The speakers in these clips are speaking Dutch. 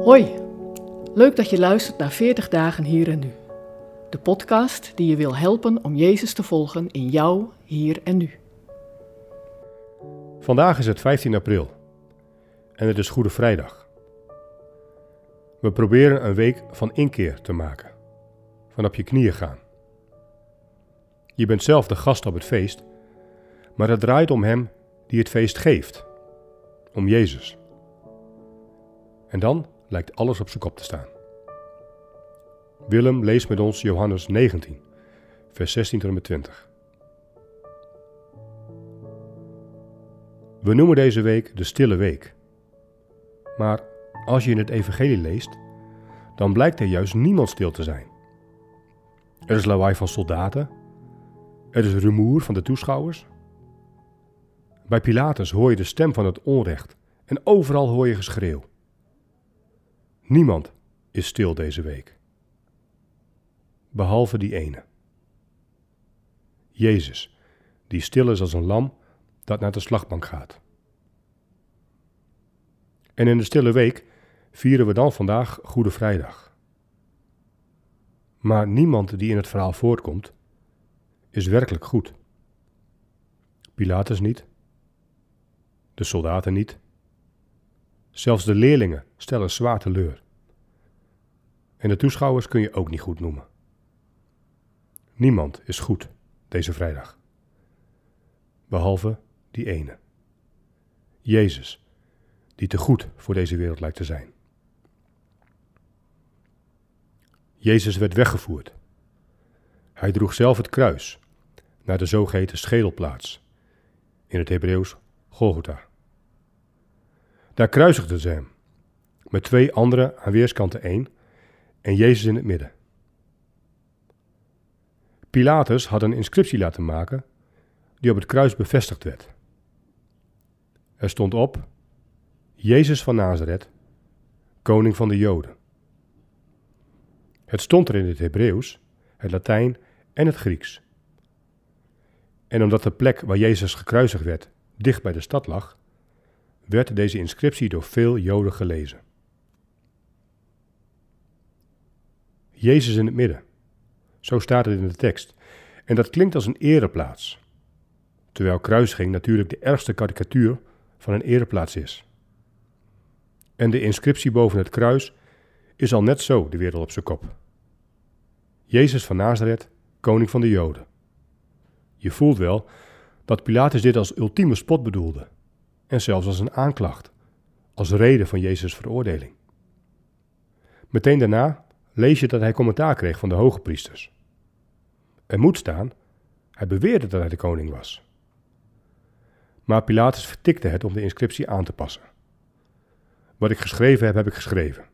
Hoi, leuk dat je luistert naar 40 dagen hier en nu. De podcast die je wil helpen om Jezus te volgen in jou, hier en nu. Vandaag is het 15 april en het is Goede Vrijdag. We proberen een week van inkeer te maken, van op je knieën gaan. Je bent zelf de gast op het feest, maar het draait om Hem die het feest geeft, om Jezus. En dan lijkt alles op zijn kop te staan. Willem leest met ons Johannes 19, vers 16 tot en met 20. We noemen deze week de Stille Week. Maar als je in het evangelie leest, dan blijkt er juist niemand stil te zijn. Er is lawaai van soldaten, er is rumoer van de toeschouwers. Bij Pilatus hoor je de stem van het onrecht en overal hoor je geschreeuw. Niemand is stil deze week. Behalve die ene. Jezus, die stil is als een lam dat naar de slachtbank gaat. En in de Stille Week vieren we dan vandaag Goede Vrijdag. Maar niemand die in het verhaal voortkomt, is werkelijk goed. Pilatus niet. De soldaten niet. Zelfs de leerlingen stellen zwaar teleur. En de toeschouwers kun je ook niet goed noemen. Niemand is goed deze vrijdag. Behalve die ene. Jezus, die te goed voor deze wereld lijkt te zijn. Jezus werd weggevoerd. Hij droeg zelf het kruis naar de zogeheten schedelplaats, in het Hebreeuws Golgotha. Daar kruisigden ze hem, met 2 anderen aan weerskanten 1 en Jezus in het midden. Pilatus had een inscriptie laten maken die op het kruis bevestigd werd. Er stond op: Jezus van Nazareth, koning van de Joden. Het stond er in het Hebreeuws, het Latijn en het Grieks. En omdat de plek waar Jezus gekruisigd werd dicht bij de stad lag, werd deze inscriptie door veel Joden gelezen. Jezus in het midden, zo staat het in de tekst. En dat klinkt als een ereplaats, terwijl kruisiging natuurlijk de ergste karikatuur van een ereplaats is. En de inscriptie boven het kruis is al net zo de wereld op zijn kop. Jezus van Nazareth, koning van de Joden. Je voelt wel dat Pilatus dit als ultieme spot bedoelde en zelfs als een aanklacht, als reden van Jezus' veroordeling. Meteen daarna lees je dat hij commentaar kreeg van de hoge priesters. Er moet staan, hij beweerde dat hij de koning was. Maar Pilatus vertikte het om de inscriptie aan te passen. Wat ik geschreven heb, heb ik geschreven.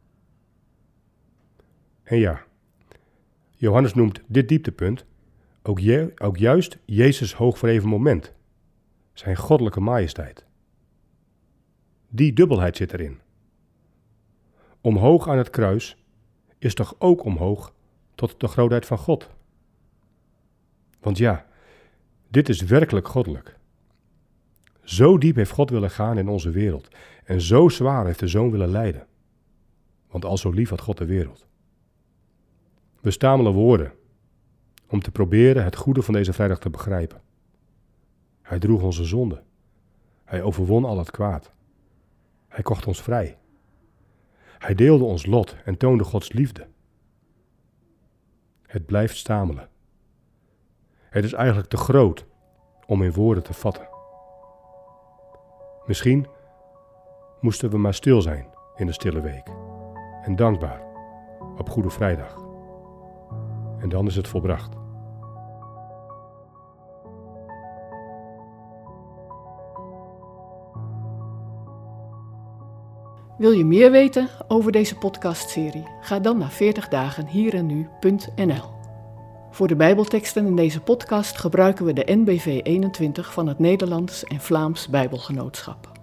En ja, Johannes noemt dit dieptepunt ook juist Jezus' hoogverheven moment, zijn goddelijke majesteit. Die dubbelheid zit erin. Omhoog aan het kruis is toch ook omhoog tot de grootheid van God. Want ja, dit is werkelijk goddelijk. Zo diep heeft God willen gaan in onze wereld en zo zwaar heeft de Zoon willen lijden. Want al zo lief had God de wereld. We stamelen woorden om te proberen het goede van deze vrijdag te begrijpen. Hij droeg onze zonde. Hij overwon al het kwaad. Hij kocht ons vrij. Hij deelde ons lot en toonde Gods liefde. Het blijft stamelen. Het is eigenlijk te groot om in woorden te vatten. Misschien moesten we maar stil zijn in de Stille Week en dankbaar op Goede Vrijdag. En dan is het volbracht. Wil je meer weten over deze podcastserie? Ga dan naar 40dagenhierennu.nl. Voor de Bijbelteksten in deze podcast gebruiken we de NBV 21 van het Nederlands en Vlaams Bijbelgenootschap.